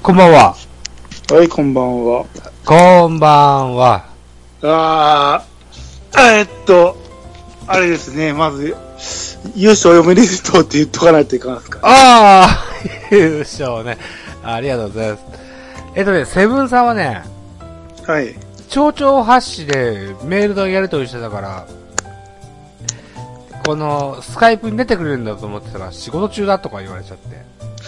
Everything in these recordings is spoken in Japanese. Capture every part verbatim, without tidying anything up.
こんばんは。 はい、こんばんは。 こんばんは。 あー、えー、っと、あれですね、まず、優勝おめでとうって言っとかないといかんすか。 あー、優勝ね。ありがとうございます。えっとね、セブンさんはね、 はい。 蝶々発信でメールのやり取りしてたから、このスカイプに出てくれるんだと思ってたら仕事中だとか言われちゃって。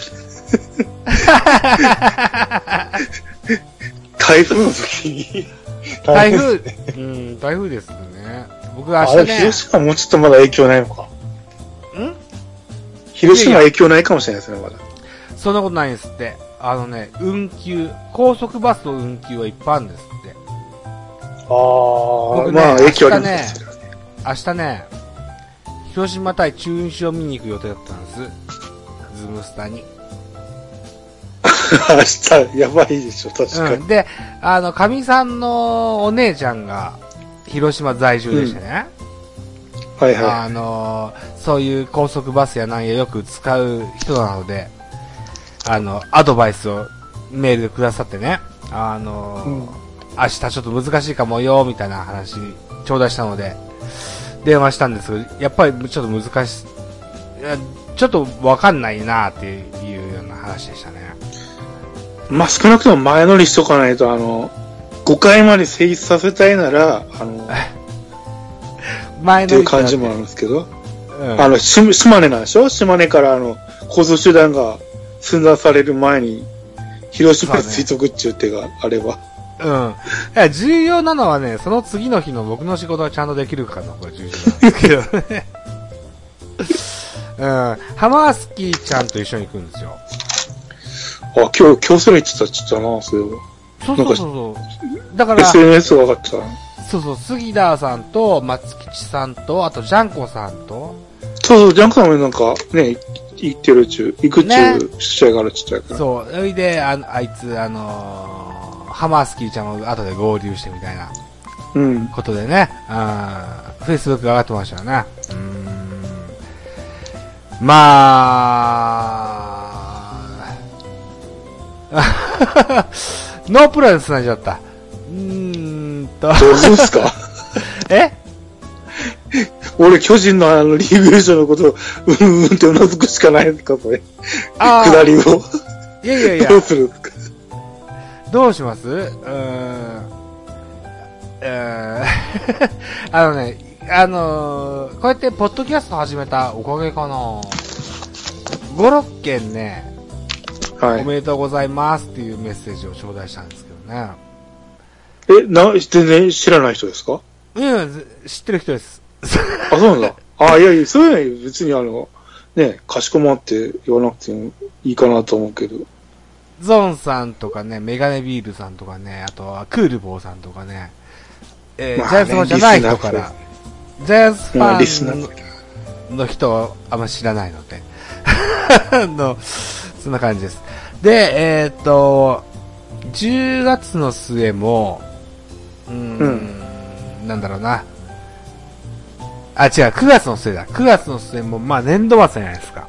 台風の時に台風、うん、台風ですね。僕明日ね。 あれ、広島もうちょっとまだ影響ないのか。 ん広島は影響ないかもしれないですね、まだ。 そんなことないんですって。あのね、運休、高速バスの運休はいっぱいあるんですって。 あー、 ね、 まあ影響ありますね。 明日ね、広島対中日を見に行く予定だったんです。ズムスタに。 明日、やばいでしょ、確かに。 うん、で、あの、かみさんのお姉ちゃんが、広島在住でしてね。 うん、はいはい。 あの、そういう高速バスやなんやよく使う人なので、あの、アドバイスをメールでくださってね。あの、うん、明日ちょっと難しいかもよ、みたいな話、頂戴したので、電話したんですけど、やっぱりちょっと難しい、いやちょっとわかんないなっていうような話でしたね。 まあ、少なくとも前乗りしとかないと、あの、ごかいまで成立させたいなら、あの、前乗りっていう感じもあるんですけど、うん、あの、し、島根なんでしょ？島根からあの、交通手段が寸断される前に、広島に追跡っていう手があれば。 うん。いや、重要なのはね、その次の日の僕の仕事がちゃんとできるかの、これ重要なんですけどね。うん。ハマースキーちゃんと一緒に行くんですよ。 あ、今日、今日それ言ってた、ちょっとな、それは。 そうそうそうそう。だから、 エスエヌエス が分かってた。 そうそう、杉田さんと、松吉さんと、あと、ジャンコさんと。 そうそう、ジャンコさんもなんか、ね、行ってる中、行く中、ね、試合があるちっちゃいから。 そう、それで、あ、あいつ、あのー、ハマースキーちゃんも後で合流してみたいな。うん。ことでね、あー、フェイスブックが上がってましたよね。うーん。まあ、ノープランで繋いじゃった。うーんと。 どうですかえ俺、巨人のあの、リーグ優勝のことを、うんうんってうなずくしかないですか、それ。下りを。 いやいやいや。 どうするんですかどうしますうーん。うーん。あのね、あのー、こうやってポッドキャスト始めたおかげかな。ご、ろっけんね、はい、おめでとうございますっていうメッセージを頂戴したんですけどね。 え、な、全然知らない人ですか？ いや、知ってる人です。 あ、そうなんだ。あ、いやいや、そういうのは別にあの、ね、かしこまって言わなくてもいいかなと思うけど。 ゾーンさんとかね、メガネビールさんとかね、あとはクールボーさんとかね、えーまあね、ジャイアンツファンじゃない人から、ジャイアンツファンの人はあんま知らないので、の、そんな感じです。で、えー、っと、じゅうがつの末も、うーん、うん、なんだろうな。あ、違う、くがつの末だ。くがつの末も、まあ年度末じゃないですか。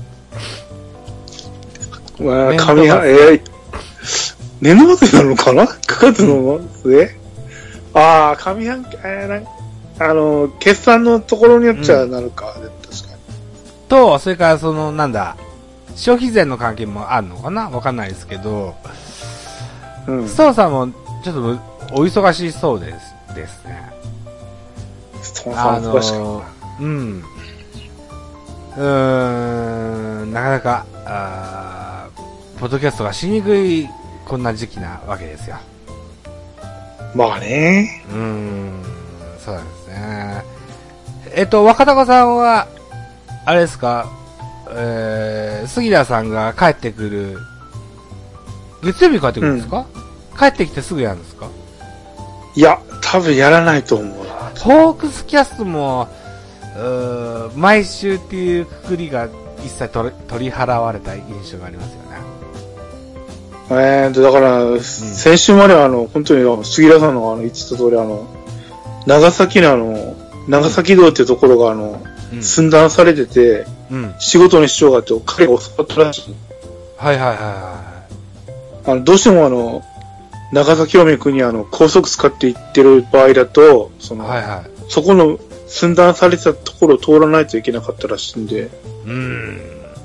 まあ、神は、えー、年度末なのかな ?く 月の末、うん、ああ、上半期、えー、なんあの、決算のところによっちゃなるか、うん、確かに。 と、それからその、なんだ、消費税の関係もあるのかなわかんないですけど、うん。ストーンさんも、ちょっと、お忙しそうです、ですね。 ストーンさんも忙しいかな。 うん。うーん、なかなか、あポッドキャストがしにくい、こんな時期なわけですよ。 まあね。 うーん、そうですね。えっと、若高さんは、あれですか、えー、杉田さんが帰ってくる、月曜日帰ってくるんですか、うん、帰ってきてすぐやるんですか？ いや、多分やらないと思う。 ホークスキャストも、う毎週っていうくくりが一切取り、取り払われた印象がありますよね。 えーと、だから、うん、先週まであの、本当に杉田さんのあの、言ってた通りあの、長崎のあの、長崎道っていうところがあの、うん、寸断されてて、うん、仕事に支障があって、彼が教わったらしい。 はいはいはいはあの、どうしてもあの、長崎おめくにあの、高速使って行ってる場合だと、その、はいはい、そこの寸断されたところを通らないといけなかったらしいんで。 うーん。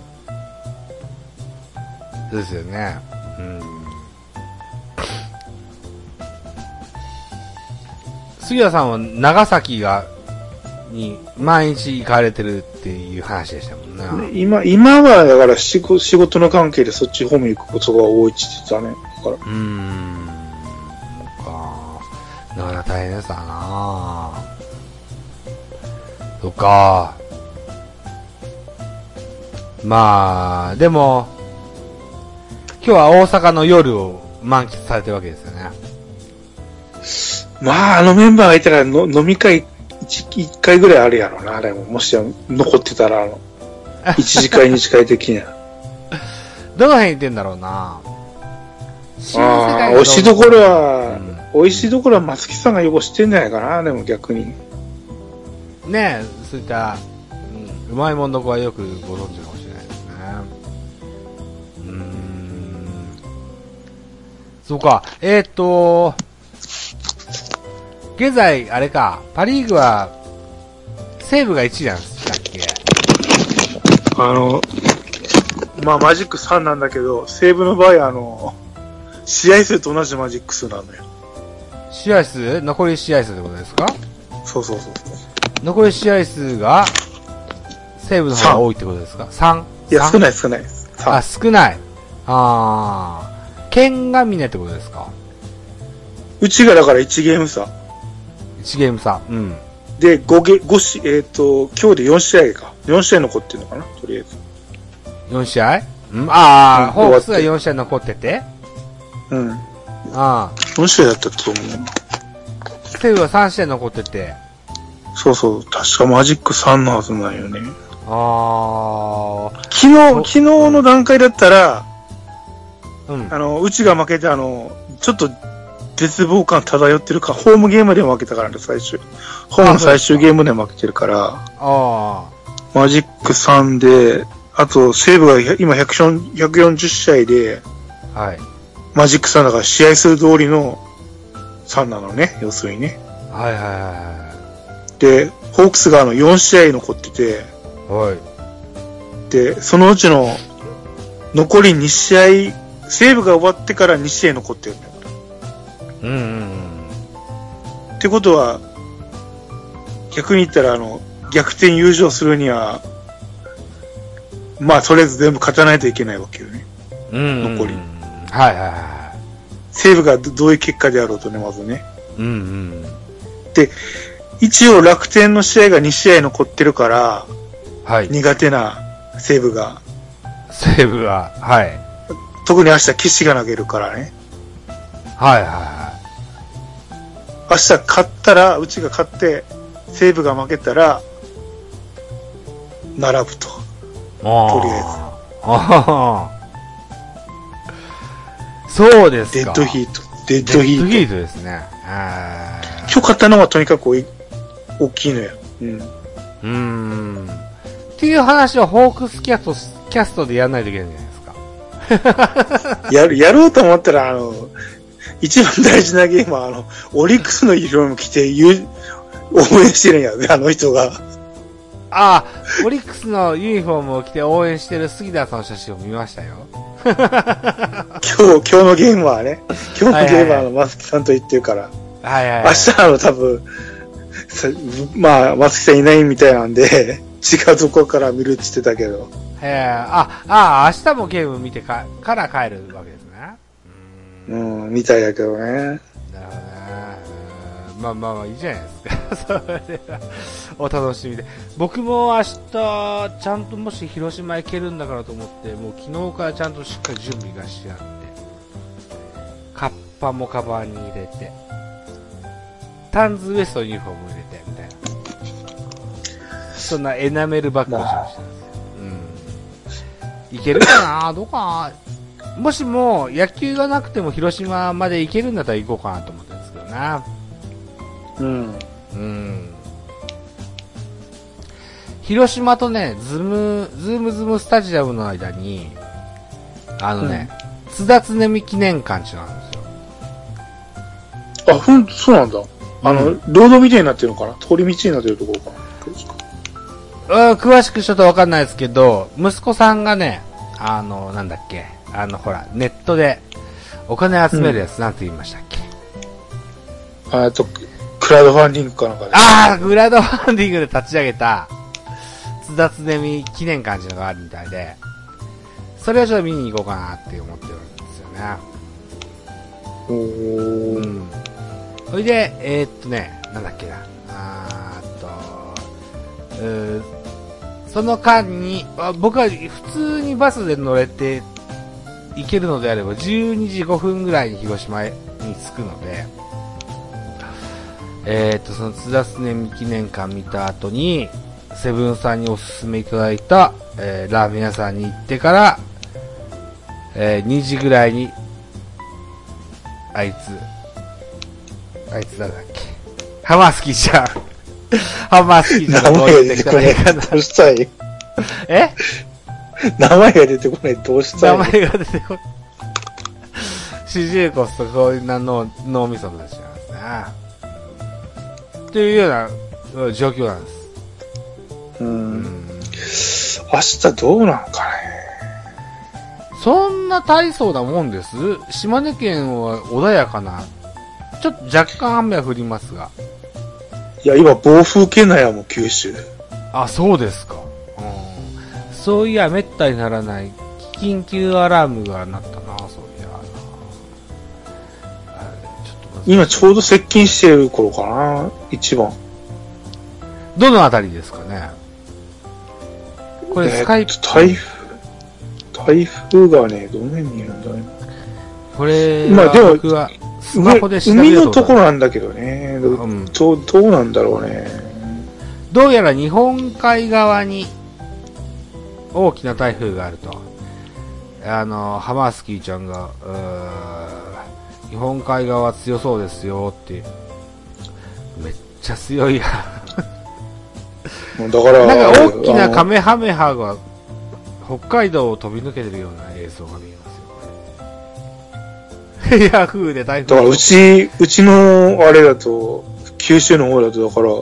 そうですよね。うん。杉谷さんは長崎が、に毎日行かれてるっていう話でしたもんね。 今、今はだから仕事、仕事の関係でそっち方面行くことが多いって言ってたね。だから。うーん。 そうか。なかなか大変ですわな。そっか。まあ、でも、今日は大阪の夜を満喫されてるわけですよね。 まあ、あのメンバーがいたらの飲み会一回ぐらいあるやろな、あれも。もし残ってたら、あの、一次会二次会的な。 どの辺行ってんだろうな。 ああ、美味しいところは、うん、美味しいところは松木さんが汚してんじゃないかな、でも逆に。 ねえ、そういった、うん、うまいもんどこはよくご存知かもしれないですね。うーん。そうか、えーっと、現在、あれか、パリーグは、西武がいちいなんですっけ？ あの、まあ、マジックさんなんだけど、西武の場合、あの、試合数と同じマジック数なのよ。 試合数？残り試合数ってことですか？ そうそうそうそう。 残り試合数が、西武の方が多いってことですか？ さん? いや、少ない少ない。 あ、少ない。あー。剣がみねってことですか？ うちがだからいちゲーム差。 いちゲーム差。うん。 で、ごゲ、ごし、えっ、ー、と、今日でよん試合か。よん試合残ってるのかなとりあえず。 よん試合？うん、ああ、うん、ホークスがよん試合残っててうん。 ああ。 よん試合だったと思うな。 西武はさん試合残ってて。 そうそう。確かマジックさんのはずなんよね。 ああ。 昨日、昨日の段階だったら、うん。あの、うちが負けて、あの、ちょっと、絶望感漂ってるか、ホームゲームで負けたからね、最終。ホームの最終ゲームで負けてるから。ああ。マジックさんで、あと、西武が今ひゃくよんじゅう試合で、はい。マジックさんだから試合数通りのさんなのね、要するにね。 はいはいはい。 で、ホークスがあのよん試合残ってて、はい。で、そのうちの残りに試合、西武が終わってからに試合残ってるんだよ。うんうんうん。ってことは、逆に言ったら、あの、逆転優勝するには、まあ、とりあえず全部勝たないといけないわけよね。うん、うん。残り。はいはいはい。西武がどういう結果であろうとね、まずね。うんうん。で、一応楽天の試合がに試合残ってるから、はい。苦手な西武が。 西武が、はい。 特に明日岸が投げるからね。はいはいはい。明日勝ったら、うちが勝って、西武が負けたら、並ぶと。とりあえず。ああ。そうですか。デッドヒート。デッドヒート。デッドヒートですね。今日勝ったのはとにかく大きいのよ。うん。うーん。っていう話はホークスキャスト、キャストでやらないといけないんじゃないですか。やる、やろうと思ったら、あの、一番大事なゲームは、あの、オリックスのユニフォーム着て、応援してるんやね、あの人が。ああ、オリックスのユニフォームを着て応援してる杉田さんの写真を見ましたよ。今日、今日のゲームはね、今日のゲームはあの、松木さんと言ってるから。はいはいはい。明日あの、多分、まあ、松木さんいないみたいなんで、違うとこから見るって言ってたけど。へえ、あ、あ、明日もゲーム見てか、から帰るわけですね。うん、みたいだけどね。なるほどね。まあまあまあいいじゃないですか。それは、お楽しみで。僕も明日、ちゃんともし広島行けるんだからと思って、もう昨日からちゃんとしっかり準備がしてあって、カッパもカバンに入れて、タンズウエストユニフォーム入れて、みたいな。そんなエナメルバッグをしましたんですよ。うん。いけるかなどうかなもしも野球がなくても広島まで行けるんだったら行こうかなと思ったんですけどな。うん。うん。広島とね、ズム、ズームズムスタジアムの間に、あのね、うん、 津田常美記念館ってなんですよ。 あ、ほんと、そうなんだ。あの、うん、ロードみたいになってるのかな、通り道になってるところかな、どうですか。 あ、詳しくちょっとわかんないですけど、息子さんがね、あの、なんだっけ、あの、ほら、ネットでお金集めるやつ、うん、なんて言いましたっけ。 あと、クラウドファンディングかなんかで。 ああ、クラウドファンディングで立ち上げた、津田常美記念館っていうのがあるみたいで、それをちょっと見に行こうかなって思ってるんですよね。 おー。 うん。それで、えー、っとね、なんだっけな。あーっと、うーその間に、僕は普通にバスで乗れて行けるのであれば、じゅうにじごふんぐらいに広島に着くので、えー、っと、その津田常美記念館見た後に、セブンさんにおすすめいただいた、えー、ラーメン屋さんに行ってから、えー、にじぐらいに、あいつ、あいつ誰だっけ、ハマースキーちゃん。ハマースキーちゃんがどう出てきたらいいかな。 どうしたいえ名前が出てこない、どうしたい名前が出てこない。四十骨とこういうな脳、脳みそとしてますね。というような状況なんです。 うーん。うん、明日どうなんかね。 そんな大層なもんです。島根県は穏やかな。ちょっと若干雨は降りますが。 いや、今暴風圏内はもう九州。 あ、そうですか。うん、そういや、滅多にならない緊急アラームが鳴ったな、そういやな。 ちょっと今ちょうど接近している頃かな、一番。 どのあたりですかね。これスカイプ、 えー、台風。台風がね、どの辺にいるんだね。 これ、 まあでも、 僕はスマホで調べ海のところなんだけどね、うん、どう、どうなんだろうね。 どうやら日本海側に大きな台風があると。あの、ハマースキーちゃんが、日本海側強そうですよって。めっちゃ強いや。 だから、 なんか大きなカメハメハが北海道を飛び抜けてるような映像が見えますよ。ヤフーで台風。 だからうち、うちのあれだと、九州の方だとだから、うん、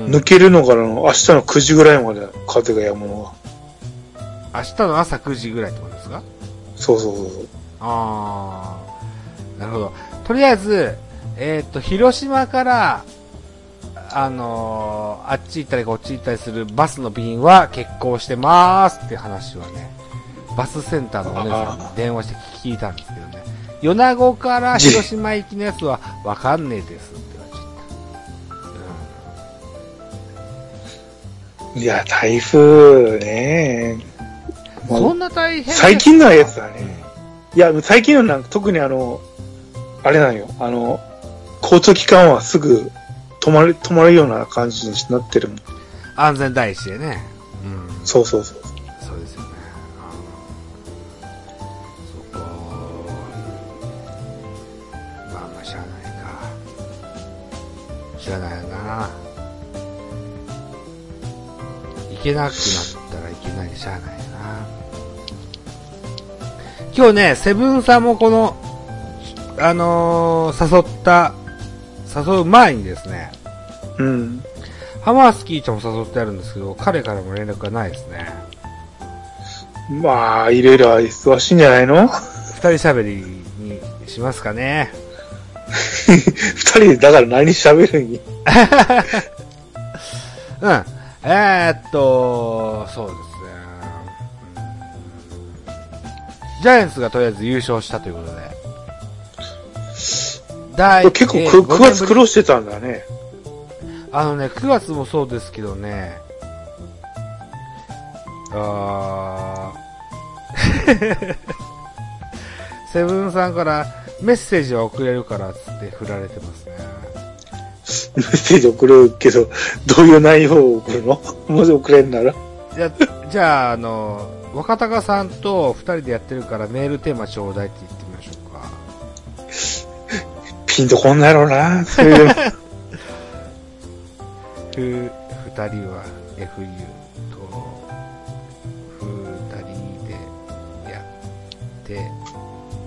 抜けるのからの明日のくじぐらいまで風が止むのが。明日の朝くじぐらいってことですか？ そうそうそう。 あー。なるほど。とりあえず、えっと、広島から、あのー、あっち行ったりこっち行ったりするバスの便は欠航してまーすって話はね、バスセンターのお姉さんに電話して聞いたんですけどね、米子から広島行きのやつはわかんねえですって言われちゃった。うん、いや、台風ね、 そんな大変最近のやつだね。いや、最近のなんか特にあの、あれなんよ、あの、交通機関はすぐ、止まる、止まるような感じになってるもん。 安全第一でね。 うん。そうそうそう。 そうですよね。そっか。まあまあ、しゃあないか。しゃあないよな。行けなくなったらいけないでしゃあないよな。今日ね、セブンさんもこの、あのー、誘った、誘う前にですね、 うん。 ハマースキーちゃんも誘ってあるんですけど、彼からも連絡がないですね。 まあ、いろいろ忙しいんじゃないの？ 二人喋りにしますかね。 二人でだから何喋るにうん。えー、っと、そうですね。ジャイアンツがとりあえず優勝したということで。 結構くくがつ苦労してたんだね。 あのね、くがつもそうですけどね、あーセブンさんからメッセージは送れるからつって振られてますね。 メッセージ送るけど、どういう内容を送るの？もし送れるなら。 じゃ、じゃあ、あの、若隆さんと二人でやってるからメールテーマちょうだいって言ってみましょうか。 ピンとこんないろうな。そういうの。 ふ、二人は エフユー と、二人でやって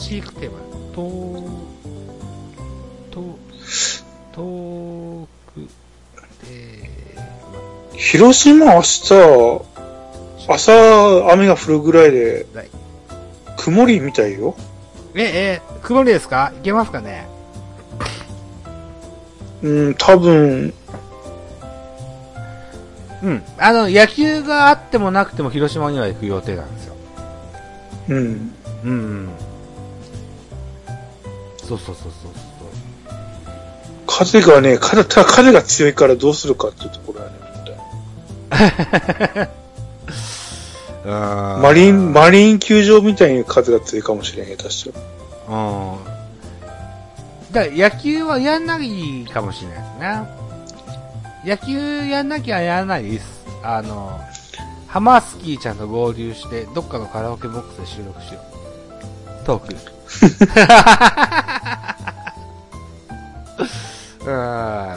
チークテーマ。と、と、と、えー、広島明日、朝雨が降るぐらいで、曇りみたいよ。 え、え、曇りですか？いけますかね？ うん、多分。 うん。あの、野球があってもなくても広島には行く予定なんですよ。 うん。 うん、うん。そうそうそうそうそう。 風がね、ただ風が強いからどうするかっていうところやね。マリン、マリン球場みたいに風が強いかもしれん、下手したら。 うん。だから野球はやんないかもしれないですね。野球やんなきゃやらないです。あの、ハマースキーちゃんと合流して、どっかのカラオケボックスで収録しよう。トーク。うーん。うーん。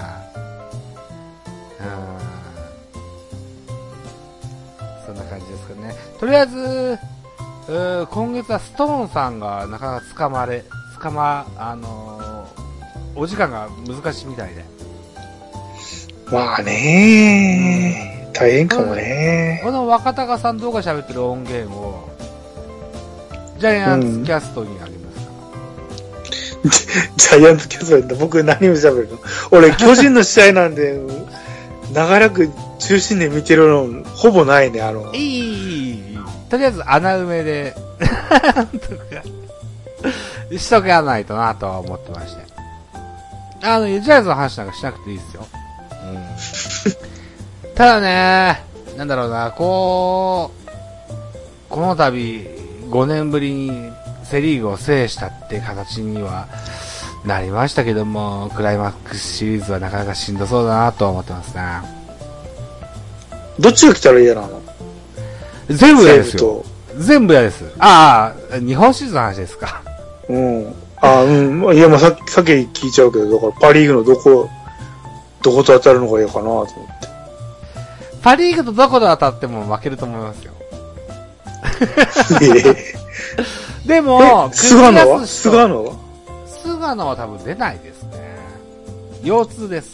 そんな感じですかね。とりあえず、今月はストーンさんがなかなか捕まれ、捕ま、あのー、お時間が難しいみたいで。 まあねー、うん、大変かもねー。 この若隆さん動画喋ってる音源を、ジャイアンツキャストにありますか、 うん、ジャイアンツキャストって僕何を喋るの？俺、巨人の試合なんで、長らく中心で見てるの、ほぼないね、あの。 いい、いい、とりあえず穴埋めで、しとかないとなとは思ってまして。あの、ジャイアンツの話なんかしなくていいですよ。うん、ただね、なんだろうな、こう、この度、ごねんぶりにセリーグを制したって形にはなりましたけども、クライマックスシリーズはなかなかしんどそうだなと思ってますね。 どっちが来たら嫌なの？ 全部嫌ですよ。全部嫌です。ああ、日本シリーズの話ですか。 うん。ああ、うん。いや、まあ、さっき、さっき聞いちゃうけど、だからパリーグのどこ、どこと当たるのがいいかなと思って。 パリーグとどこで当たっても負けると思いますよ。でも、 菅野は菅野は菅野は多分出ないですね。腰痛です。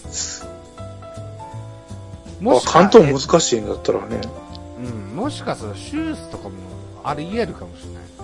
もしかあ、関東難しいんだったらね。 うん、もしかすると手術とかもあり得るかもしれないです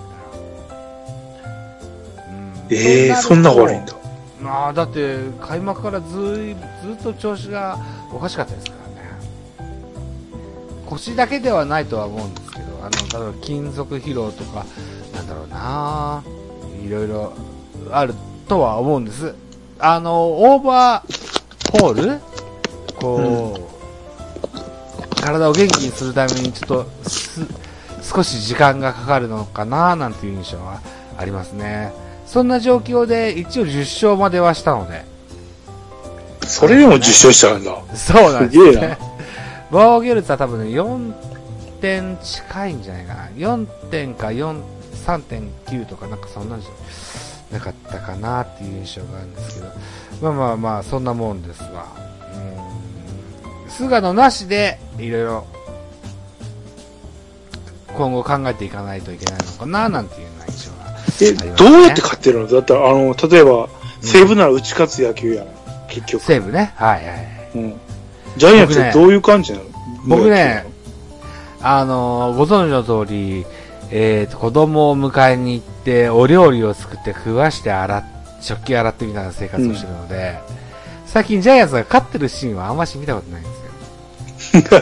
ね。 うん、ええー、そんな悪いんだ。 まあ、だって開幕からずーずっと調子がおかしかったですからね。腰だけではないとは思うんですけど、あの例えば金属疲労とかなんだろうな、いろいろあるとは思うんです。あのオーバーホールこう、うん、体を元気にするためにちょっとす少し時間がかかるのかななんていう印象はありますね。そんな状況で一応じゅっ勝まではしたので。 それでもじゅっ勝したんだ。 そうなんですね。防御率は多分ね、よんてん近いんじゃないかな。よんてんかよん、さんてんきゅうとかなんかそんなんじゃなかったかなっていう印象があるんですけど。まあまあまあ、そんなもんですが。うん。菅野なしで、いろいろ、今後考えていかないといけないのかななんていうような印象が。 え、ね、どうやって勝ってるの？だったら、あの、例えば、西武なら打ち勝つ野球やな、結局。 西武ね。はいはい。 うん。ジャイアンツってどういう感じなの？ 僕ね、あのー、ご存知の通り、えーと、子供を迎えに行って、お料理を作って食わして洗っ、食器洗ってみたいな生活をしてるので、うん、最近ジャイアンツが勝ってるシーンはあんまし見たことないんですよ。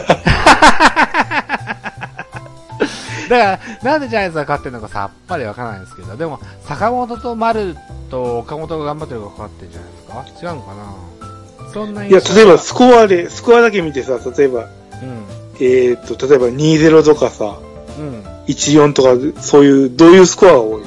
だから、なんでジャイアンツが勝ってるのかさっぱりわからないんですけど、でも、坂本と丸と岡本が頑張ってるのが勝ってるんじゃないですか？違うのかな？そんな印象。 いや、例えばスコアで、スコアだけ見てさ、例えば、うん、えーっと、例えばにたいゼロとかさ、うん、いちたいよんとか、そういう、どういうスコアが多い？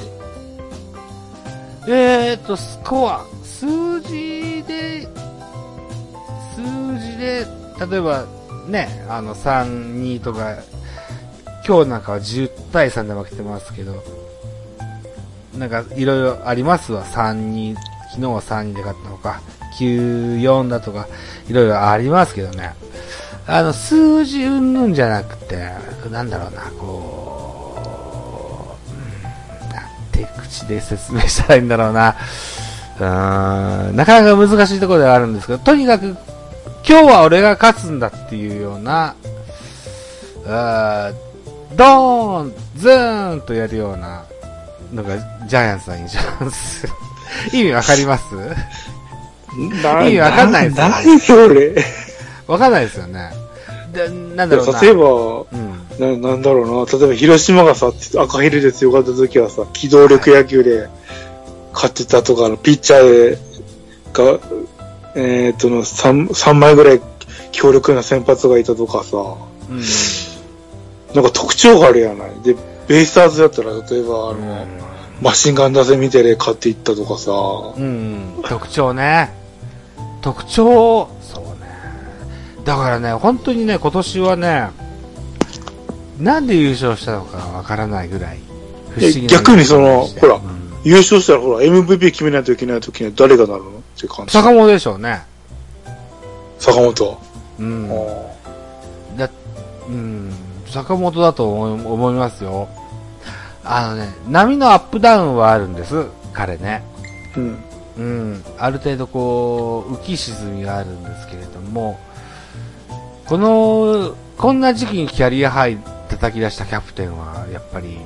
えーっと、スコア、数字で、数字で、例えば、ね、あの、さん、にとか、今日なんかはじゅうたいさんで負けてますけど、なんかいろいろありますわ。さんに、昨日はさんにで勝ったのか、きゅうよんだとか、いろいろありますけどね。あの、数字うんぬんじゃなくて、なんだろうな、こう、うん、なんて口口で説明したらいいんだろうな。うーん、なかなか難しいところではあるんですけど、とにかく、今日は俺が勝つんだっていうような、あードーン、ズーンとやるようなのがジャイアンツの印象なんです。意味わかります？意味わかんないですよね。 何それ。 わかんないですよね。で、なんだろうな。 例えば、うん、な、なんだろうな。例えば広島がさ、赤ヘルで強かった時はさ、機動力野球で勝ってたとか、はい、ピッチャーが、えー、っとの3、3枚ぐらい強力な先発がいたとかさ、うん、なんか特徴があるやない。で、ベイスターズだったら、例えば、あの、うん、マシンガン打線見てで勝っていったとかさ、 うん、特徴ね。特徴、そうね。だからね、本当にね、今年はね、なんで優勝したのかわからないぐらい不思議な。 逆にその、ほら、うん、優勝したらほら、エムブイピー 決めないといけないときには誰がなるのって感じ。 坂本でしょうね。 坂本。 うん。だ、うん、坂本だと思い、思いますよ。あのね、波のアップダウンはあるんです、彼ね。うん。うん。ある程度こう、浮き沈みがあるんですけれども、この、こんな時期にキャリアハイ叩き出したキャプテンは、やっぱり、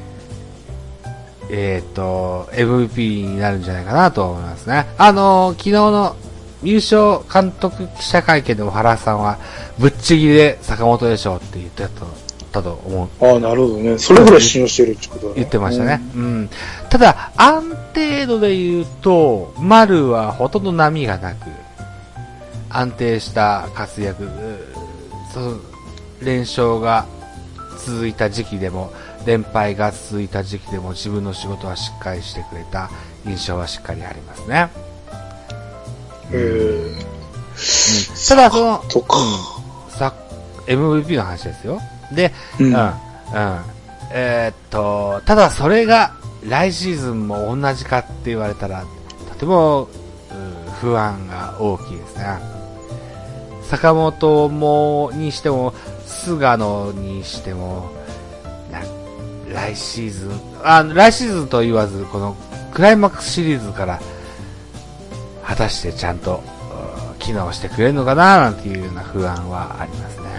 えっと、エムブイピー になるんじゃないかなと思いますね。あの、昨日の優勝監督記者会見でも原さんは、ぶっちぎりで坂本でしょうって言ってたと。たと思う。 ああ、なるほどね。それぐらい信用してるってことだね。 言ってましたね。うん。うん、ただ、安定度で言うと、丸はほとんど波がなく、安定した活躍、その、連勝が続いた時期でも、連敗が続いた時期でも自分の仕事はしっかりしてくれた印象はしっかりありますね。 へー。うん、 ただ、その、 そっか。 うん、さ、エムブイピー の話ですよ。で、うん、うん、うん。えー、っと、ただそれが来シーズンも同じかって言われたら、とても、不安が大きいですね。坂本も、にしても、菅野にしても、来シーズン、あ、来シーズンと言わず、このクライマックスシリーズから、果たしてちゃんと、機能してくれるのかな、なんていうような不安はありますね。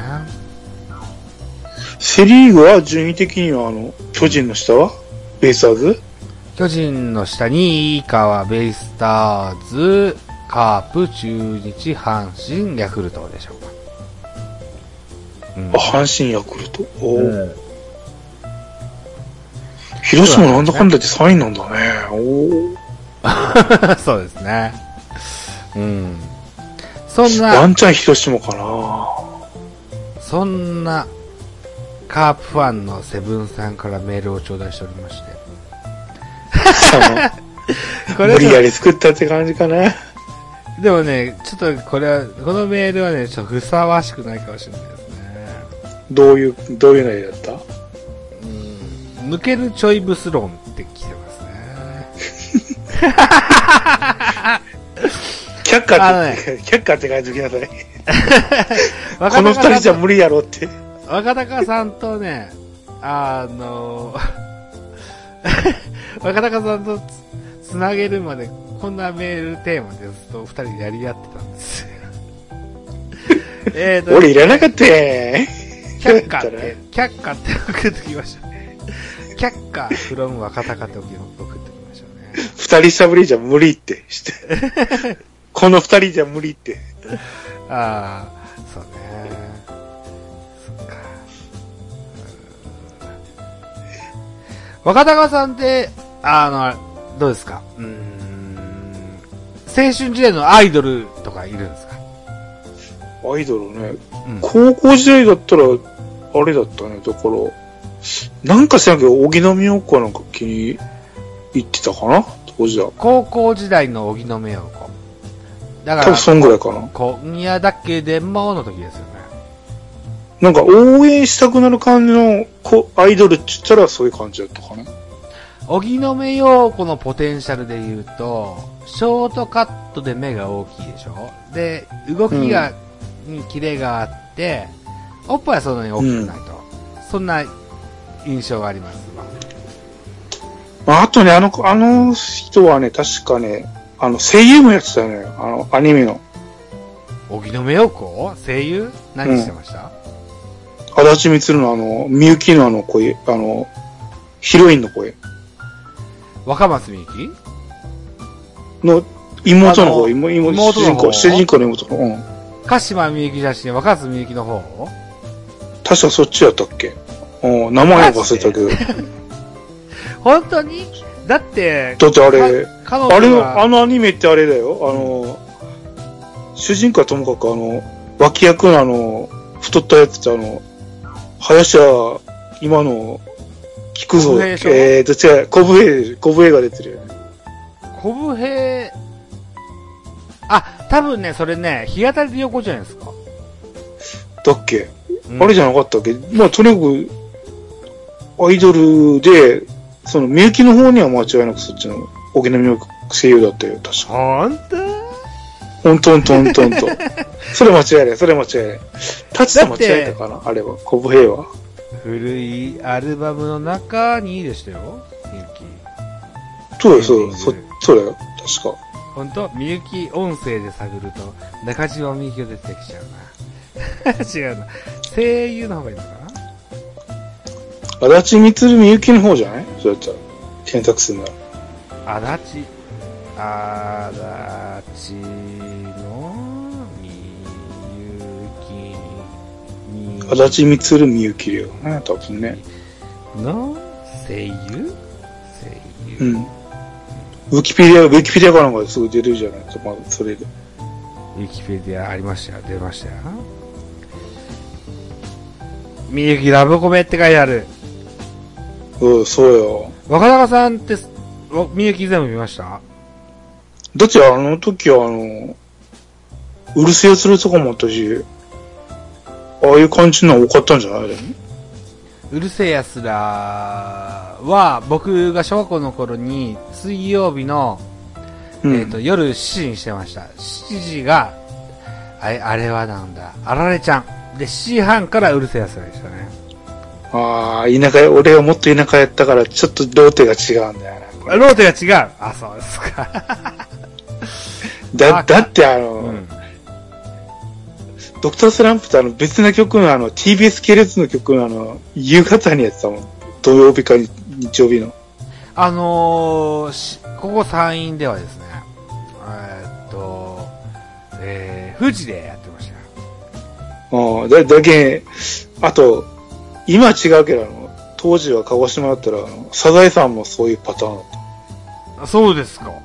セリーグは順位的にはあの、巨人の下はベイスターズ？ 巨人の下に以下はベイスターズ、カープ、中日、阪神、ヤクルトでしょうか。 うん、あ、阪神、ヤクルト。おー、うん、広島なんだかんだってさんいなんだね。おーそうですね。うん。そんな。 ワンチャン広島かな。 そんな、カープファンのセブンさんからメールを頂戴しておりまして。 これ無理やり作ったって感じかな。 でもね、ちょっとこれは、このメールはね、ちょっとふさわしくないかもしれないですね。 どういう、どういう内容だった？ うん、抜けるちょいブス論って来てますね。 却下って、ね、却下って書いておきなさい。この二人じゃ無理やろって。 若隆さんとね、あの、若隆さんとつ、つなげるまで、こんなメールテーマでずっと二人でやり合ってたんですよ。えと、 俺いらなかったー。 却下って、却下って送ってきましたね。却下 from 若隆って送ってきましたね。 二人しゃぶりじゃ無理ってして。この二人じゃ無理って。 ああ、そうね。若隆さんって、あの、どうですか？うーん、青春時代のアイドルとかいるんですか？ アイドルね、うん。高校時代だったら、あれだったね。だから、なんか知らんけど、荻野目洋子なんか気に入ってたかな当時は。 高校時代の荻野目洋子。だから、 多分そんぐらいかな。 今夜だけでもの時ですよね。 なんか応援したくなる感じのアイドルって言ったらそういう感じだったかな。 荻野目洋子のポテンシャルで言うと、ショートカットで目が大きいでしょ。で、動きが、うん、にキレがあって、おっぱいはそんなに大きくないと。うん、そんな印象があります。 あとね、あの、あの人はね、確かね、あの、声優もやってたよね。あの、アニメの。 荻野目洋子声優何してました？ うん、足立みつるのあの、みゆきのあの声、あの、ヒロインの声。 若松みゆきの、妹の方、妹、妹の主人公、主人公の妹の方。うん。 鹿島みゆき写真、若松みゆきの方確かそっちやったっけ？うん、名前忘れたけど。 本当に？だって、 だってあれ、あれ、あのアニメってあれだよ。あの、主人公はともかくあの、脇役のあの、太ったやつってあの、林家、今の、聞くぞ。えーと、違う、小笛、小笛が出てるよね。 小笛、あ、多分ね、それね、日当たりで横じゃないですか。 だっけ、うん、あれじゃなかったっけ？まあ、とにかく、アイドルで、その、みゆきの方には間違いなくそっちの、荻野目洋子声優だったよ、確か。 ほんと？ ほんとほんとほんとほんと。それ間違いない、それ間違いない。タチさん間違えたかなあれは、小笛は。 古いアルバムの中にでしたよ、みゆき。 そうだよ、そうだよ、そ、そうだよ、確か。 ほんと、みゆき音声で探ると、中島みゆきが出てきちゃうな。違うな。声優の方がいいのかな？足立みつるみゆきの方じゃない？そうやったら。検索するなら。足立、足立のみゆき。 足立みつるみゆきだよね、多分ね。 の声優？声優。 うん。ウィキペディア、ウィキペディアかなんかですぐ出るじゃないですか、まずそれで。 ウィキペディアありましたよ、出ましたよ。みゆきラブコメって書いてある。 うん、そうよ。 若隆さんって、みゆき全部見ました？ だってあの時はあの、うるせえするとこもあったし、ああいう感じの多かったんじゃない？ うるせえやつらは、僕が小学校の頃に、水曜日の、うん、えっと、夜しちじにしてました。しちじが、あれ、あれはなんだ、あられちゃん。で、しちじはんからうるせえやつらでしたね。 ああ、田舎、俺はもっと田舎やったから、ちょっとローテが違うんだよな。ローテが違う。あ、そうですか。 だ、だってあの、うん、ドクタースランプってあの別な曲のあの ティービーエス 系列の曲のあの、夕方にやってたもん。土曜日か日曜日の。 あのー、ここ山陰ではですね、えー、っと、えー、富士でやってましたよ。ああ、だ、だけ、あと、今は違うけど、あの、当時は鹿児島だったら、あの、サザエさんもそういうパターンだった。 そうですか。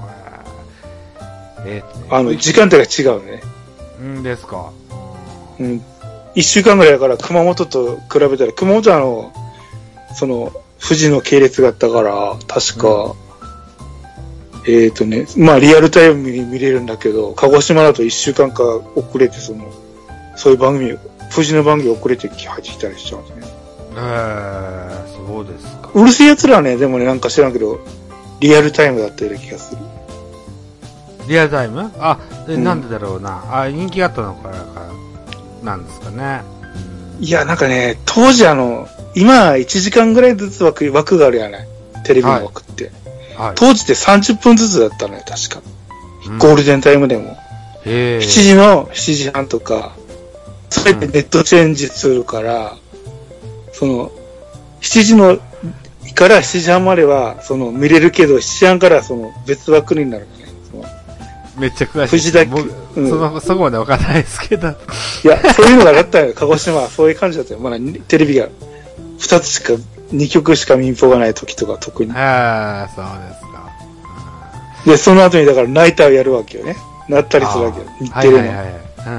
えー、ね、あの、時間帯が違うね。 うんですか。 うん。一週間ぐらいだから、熊本と比べたら、熊本はあの、その、富士の系列があったから、確か、うん、えっ、ー、とね、まあリアルタイムに見れるんだけど、鹿児島だと一週間か遅れて、その、そういう番組、富士の番組遅れて入ってきたりしちゃうんですね。 えー、そうですか。 うるせえ奴らはね、でもね、なんか知らんけど、リアルタイムだったような気がする。 リアルタイム？あ、うん、なんでだろうな。あ、人気があったのか、なんですかね。 いや、なんかね、当時あの、今いちじかんぐらいずつ枠、枠があるやない。テレビの枠って。はいはい、当時ってさんじゅっぷんずつだったのよ、確か。うん、ゴールデンタイムでも。 へしちじのしちじはんとか、それでネットチェンジするから、うん、その、しちじの、からしちじはんまでは、その、見れるけど、しちじはんからその、別枠になるね。 めっちゃ詳しい。 藤田、 うん、その、そこまでわかんないですけど。 いや、そういうのがあったよ。鹿児島はそういう感じだったよ。まだテレビがふたつしか、にきょくしか民放がない時とか特に。 ああ、そうですか。 で、その後にだからナイターをやるわけよね。なったりするわけよ。日テレの。はいはいはい、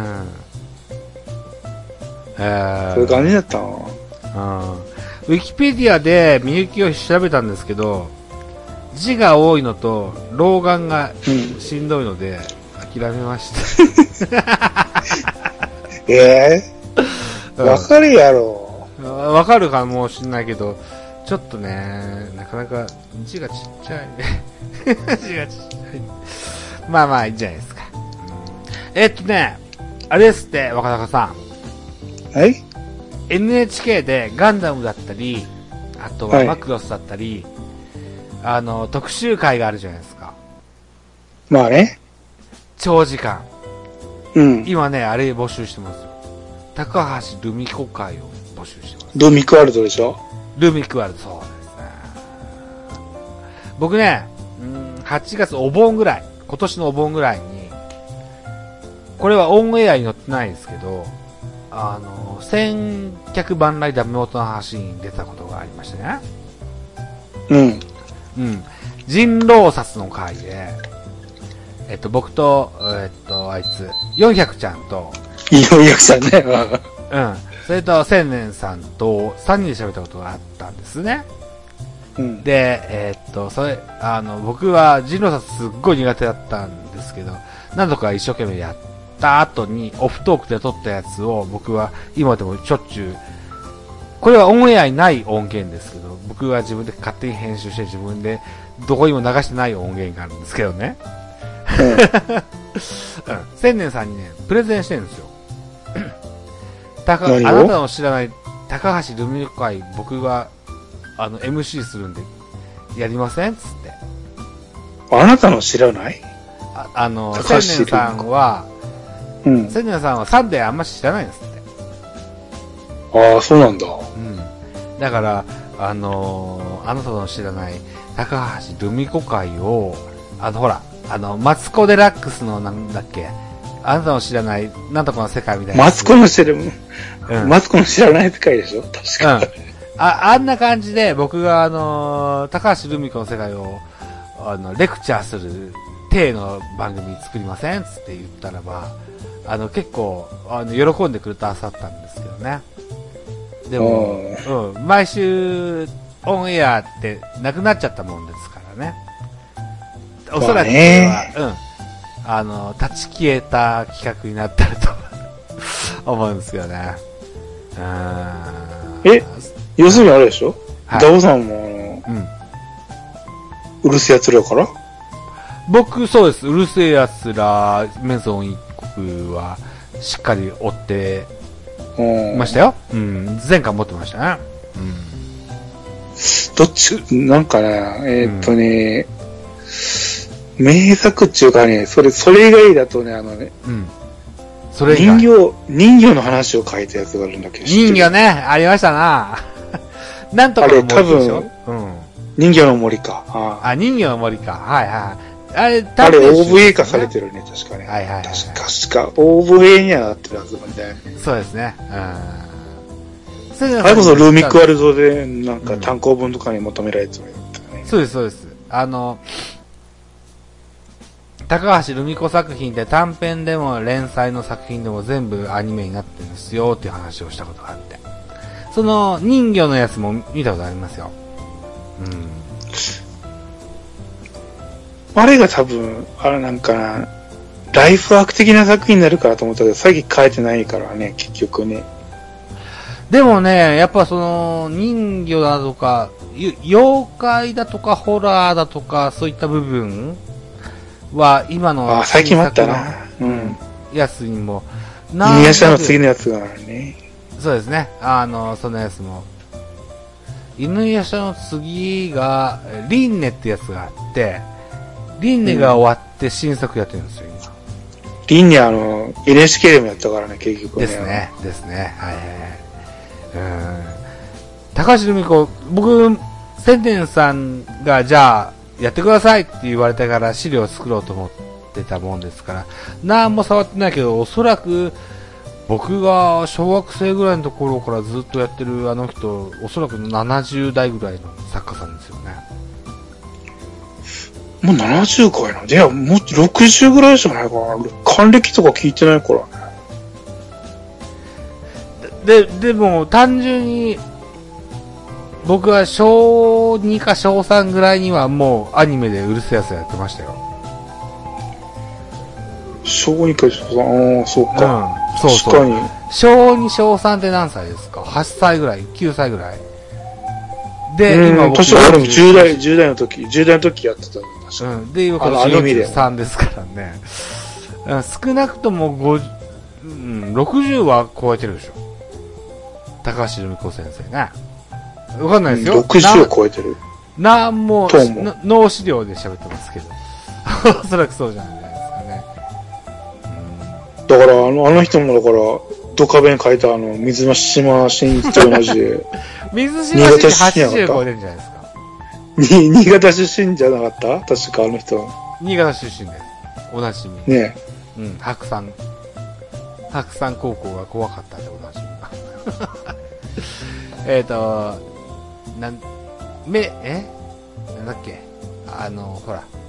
うん。そういう感じだったの。 うん。ウィキペディアでみゆきを調べたんですけど、字が多いのと老眼がしんどいので諦めました。 ええー、わかるやろ。 わかるかもしんないけど、ちょっとね、なかなか字がちっちゃい。字がちっちゃい。まあまあいいんじゃないですか。うん、えっとね、あれですって、若隆さん。はいエヌエイチケー でガンダムだったり、あとはマクロスだったり、はい、 あの、特集会があるじゃないですか。 まあね。 長時間。 うん。 今ね、あれ募集してますよ。高橋ルミ子会を募集してます。 ルミクワルドでしょ？ ルミクワルド、そうですね。僕ね、うん、はちがつお盆ぐらい、今年のお盆ぐらいに、これはオンエアに載ってないですけど、あの、千客万来ダメ元の話に出たことがありましてね。 うん。 うん。人狼殺の会で、えっと、僕と、えっと、あいつ、よんひゃくちゃんと、 よんひゃくちゃんね。 うん。それと、千年さんとさんにんで喋ったことがあったんですね。 うん。 で、えっと、それ、あの、僕は人狼殺すっごい苦手だったんですけど、何度か一生懸命やった後に、オフトークで撮ったやつを僕は今でもしょっちゅう、これはオンエアにない音源ですけど、僕は自分で勝手に編集して自分でどこにも流してない音源があるんですけどね。うん。千年さんにね、プレゼンしてるんですよ。たか、あなたの知らない高橋ルミ子会、僕が、あの、エムシー するんで、やりませんつって。 あなたの知らないあ、あの、千年さんは、うん。千年さんはサンデーあんまし知らないんですって。 ああ、そうなんだ。 うん。だから、あのー、あなたの知らない高橋ルミ子会を、あの、ほら、あの、マツコデラックスのなんだっけ、あなたの知らない、なんとかの世界みたいな。 マツコの知らない、うん、マツコの知らない世界でしょ確かに。うん。 あ、あんな感じで、僕があのー、高橋留美子の世界を、あの、レクチャーする、体の番組作りませんつって言ったらば、あの、結構、あの、喜んでくれた朝だったんですけどね。でも、うん、毎週、オンエアってなくなっちゃったもんですからね。おそらくこれは、うん。あの、立ち消えた企画になったらと思うんですけどね。 うん。え、要するにあれでしょ、はい、ダオさんも、うん。うるせえ奴らから僕、そうです。うるせえ奴ら、メゾン一国は、しっかり追ってましたよ。うん。前回持ってましたね。うん。 どっち、なんかね、えー、っとね、うん、名作っていうかね、それ、それ以外だとね、あのね、うん。それ以外。人形、人形の話を書いたやつがあるんだけど。 人形ね、ありましたな。なんとかの森でしょ。あれ、多分、うん。 人形の森か。あ, あ、人形の森か。はいはい。あれ、 ね、あれ オーブイエー 化されてるね、確かね。 はいはいはい、はい。 確か、オーブイエー にはなってるはずなんだよね。 そうですね。うん。 あれこそルーミックワールドで、なんか単行本とかに求められてるやつね、 うん。そうです、そうです。あの、高橋留美子作品って短編でも連載の作品でも全部アニメになってるんですよっていう話をしたことがあって。その人魚のやつも見たことありますよ。うん。 あれが多分、あれなんかな、ライフワーク的な作品になるからと思ったけど、最近変えてないからね、結局ね。 でもね、やっぱその、人魚だとか、妖怪だとかホラーだとか、そういった部分は、今の、 あ、最近もあったな。うん。 やつにも、 犬夜叉の次のやつがあるね。 そうですね。あの、そのやつも。犬夜叉の次が、リンネってやつがあって、リンネが終わって新作やってるんですよ、今。 リンネあの、エヌエイチケー でもやったからね、結局ね。 ですね。ですね。はいはい。うん。高橋留美子、僕、千年さんが、じゃあ、やってくださいって言われたから資料を作ろうと思ってたもんですから、何も触ってないけど、おそらく、僕が小学生ぐらいのところからずっとやってるあの人、おそらくななじゅう代ぐらいの作家さんですよね。 もうななじゅうかいな。いや、もうろくじゅうぐらいじゃないかな。還暦とか聞いてないからね。 で、でも単純に、僕は小にか小さんぐらいにはもうアニメでうるせえやつやってましたよ。 小にか小さん、ああ、そうか。 うん、そうそう。確かに。小に小さんって何歳ですか ?はっ 歳ぐらい ?きゅう 歳ぐらいで、今僕は。確かにじゅう代、じゅう代の時、じゅう代の時やってた。 うん。で、今今年よんじゅうさんですからね。少なくともごじゅう、うん、ろくじゅうは超えてるでしょ。高橋留美子先生ね。わかんないですよ。 ろくじゅうを超えてる。 なんも、脳資料で喋ってますけど。おそらくそうじゃないですかね。 うん、だから、あの、あの人もだから、ドカベン書いたあの、水島新司と同じで。 水島新司はちじゅうご出るんじゃないですか。 に、新潟出身じゃなかった確かあの人。 新潟出身です。おなじみ。 ねえ。うん、白山。白山高校が怖かったっておなじみ。えっと、なん、め、えなんだっけあの、ほら、